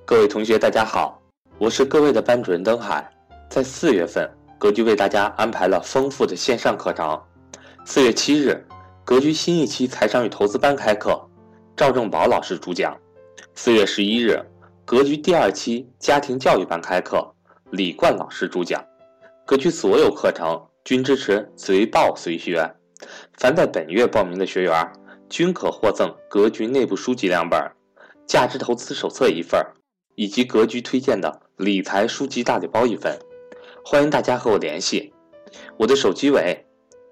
各位同学大家好，我是各位的班主任登海。在4月份，格局为大家安排了丰富的线上课程。4月7日，格局新一期财商与投资班开课，赵正宝老师主讲。4月11日，格局第2期家庭教育班开课，李冠老师主讲。格局所有课程均支持随报随学，凡在本月报名的学员均可获赠格局内部书籍2本、价值投资手册1份，以及格局推荐的理财书籍大礼包1份。欢迎大家和我联系，我的手机为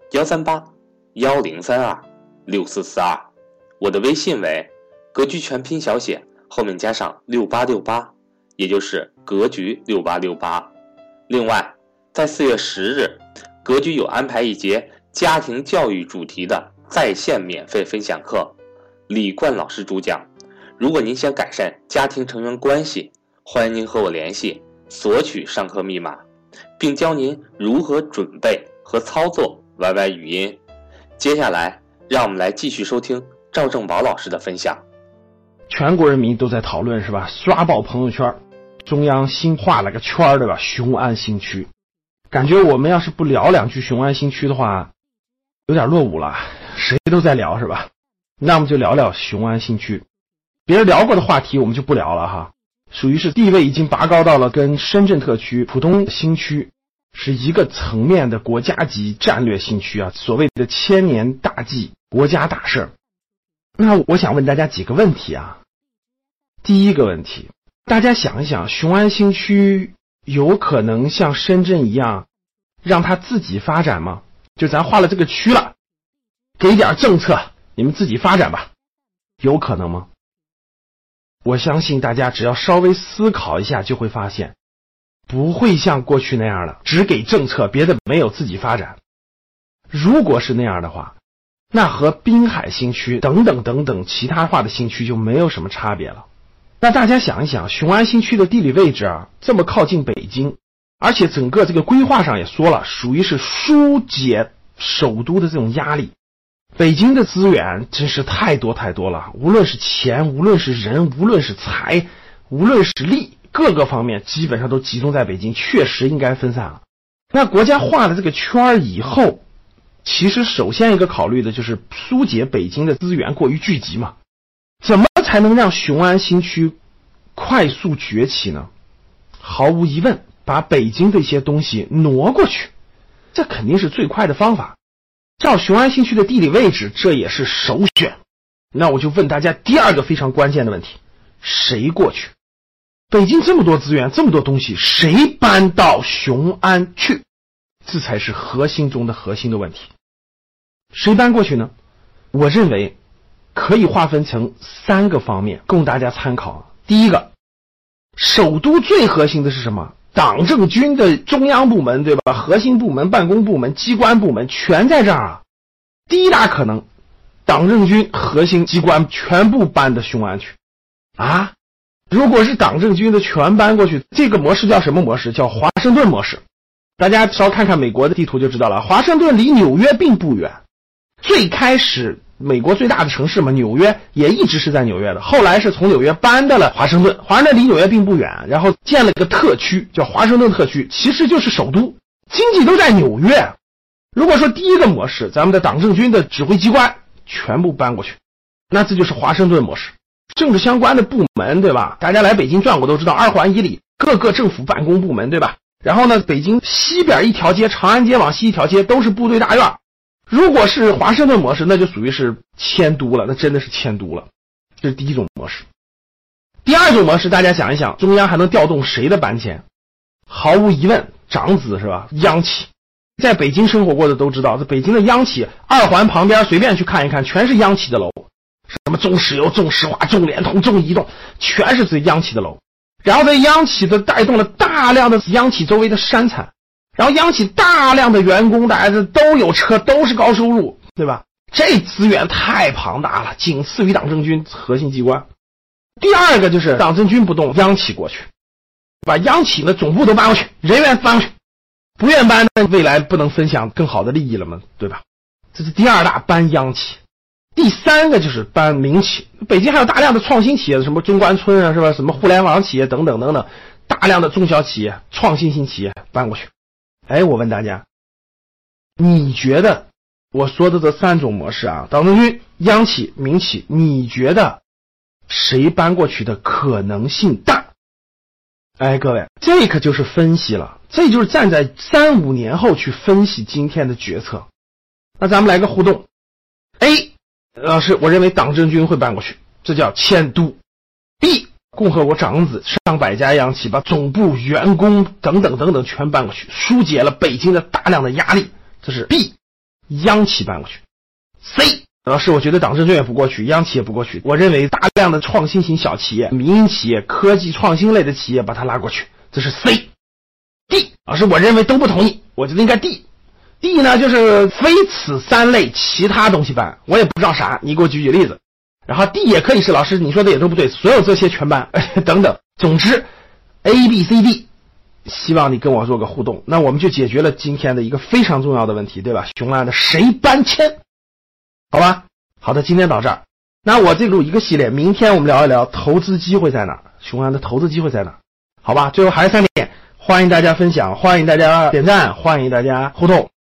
138-1032-6442，我的微信为格局全拼小写后面加上6868，也就是格局6868。另外，在4月10日，格局有安排一节家庭教育主题的在线免费分享课，李冠老师主讲。如果您想改善家庭成员关系，欢迎您和我联系，索取上课密码，并教您如何准备和操作 YY 语音。接下来，让我们来继续收听赵正宝老师的分享。 全国人民都在讨论是吧？刷爆朋友圈，中央新画了个圈对吧？雄安新区，感觉我们要是不聊2句雄安新区的话，有点落伍了。谁都在聊是吧？那我们就聊聊雄安新区。别人聊过的话题我们就不聊了哈，属于是地位已经拔高到了跟深圳特区、浦东新区是一个层面的国家级战略新区啊，所谓的千年大计、国家大事。那我想问大家几个问题啊。第一个问题，大家想一想，雄安新区有可能像深圳一样让它自己发展吗？就咱划了这个区了，给点政策，你们自己发展吧，有可能吗？我相信大家只要稍微思考一下就会发现，不会像过去那样的只给政策，别的没有自己发展。如果是那样的话，那和滨海新区等等等等其他化的新区就没有什么差别了。那大家想一想，雄安新区的地理位置啊，这么靠近北京，而且整个这个规划上也说了，属于是疏解首都的这种压力。北京的资源真是太多太多了，无论是钱，无论是人，无论是财，无论是力，各个方面基本上都集中在北京，确实应该分散了。那国家画了这个圈以后，其实首先一个考虑的就是疏解北京的资源过于聚集嘛。怎么才能让雄安新区快速崛起呢？毫无疑问，把北京的一些东西挪过去，这肯定是最快的方法。照雄安新区的地理位置，这也是首选。那我就问大家第二个非常关键的问题，谁过去？北京这么多资源，这么多东西，谁搬到雄安去？这才是核心中的核心的问题。谁搬过去呢？我认为可以划分成3个方面供大家参考。第一个，首都最核心的是什么？党政军的中央部门对吧？核心部门、办公部门、机关部门全在这儿啊。第一大可能，党政军核心机关全部搬到雄安去啊。如果是党政军的全搬过去，这个模式叫什么模式？叫华盛顿模式。大家稍看看美国的地图就知道了，华盛顿离纽约并不远。最开始美国最大的城市嘛，纽约也一直是在纽约的，后来是从纽约搬到了华盛顿。华盛顿离纽约并不远，然后建了个特区叫华盛顿特区，其实就是首都，经济都在纽约。如果说第一个模式，咱们的党政军的指挥机关全部搬过去，那这就是华盛顿模式。政治相关的部门对吧？大家来北京转过都知道，2环以里各个政府办公部门对吧？然后呢，北京西边一条街，长安街往西一条街都是部队大院。如果是华盛顿模式，那就属于是迁都了，那真的是迁都了。这是第一种模式。第二种模式，大家想一想，中央还能调动谁的搬迁？毫无疑问，长子是吧？央企。在北京生活过的都知道，这北京的央企2环旁边随便去看一看，全是央企的楼，什么中石油、中石化、中联通、中移动，全是这央企的楼。然后这央企的带动了大量的央企周围的山产，然后央企大量的员工，大家都有车，都是高收入，对吧？这资源太庞大了，仅次于党政军核心机关。第二个就是党政军不动，央企过去，把央企的总部都搬过去，人员搬过去，不愿搬的未来不能分享更好的利益了吗？对吧？这是第二大，搬央企。 第三个就是搬民企，北京还有大量的创新企业，什么中关村啊，是吧？什么互联网企业等等等等，大量的中小企业、创新型企业搬过去。哎，我问大家，你觉得我说的这3种模式啊，党政军、央企、民企，你觉得谁搬过去的可能性大？哎，各位，这可就是分析了，这就是站在3、5年后去分析今天的决策。那咱们来个互动。A， 老师，我认为党政军会搬过去，这叫迁都。B， 共和国长子上百家央企把总部、员工等等等等全搬过去，疏解了北京的大量的压力，这是 B， 央企搬过去。C， 老师，我觉得党政军也不过去，央企也不过去，我认为大量的创新型小企业、民营企业、科技创新类的企业把它拉过去，这是 C。D， 老师，我认为都不同意，我觉得应该 D。D 呢，就是非此3类其他东西搬，我也不知道啥，你给我举例子。然后 D 也可以是老师你说的也都不对，所有这些全搬等等。总之 A、B、C、D， 希望你跟我做个互动，那我们就解决了今天的一个非常重要的问题，对吧？雄安的谁搬迁，好吧？好的，今天到这儿。那我这录一个系列，明天我们聊一聊投资机会在哪儿，雄安的投资机会在哪儿，好吧？最后还是3点，欢迎大家分享，欢迎大家点赞，欢迎大家互动。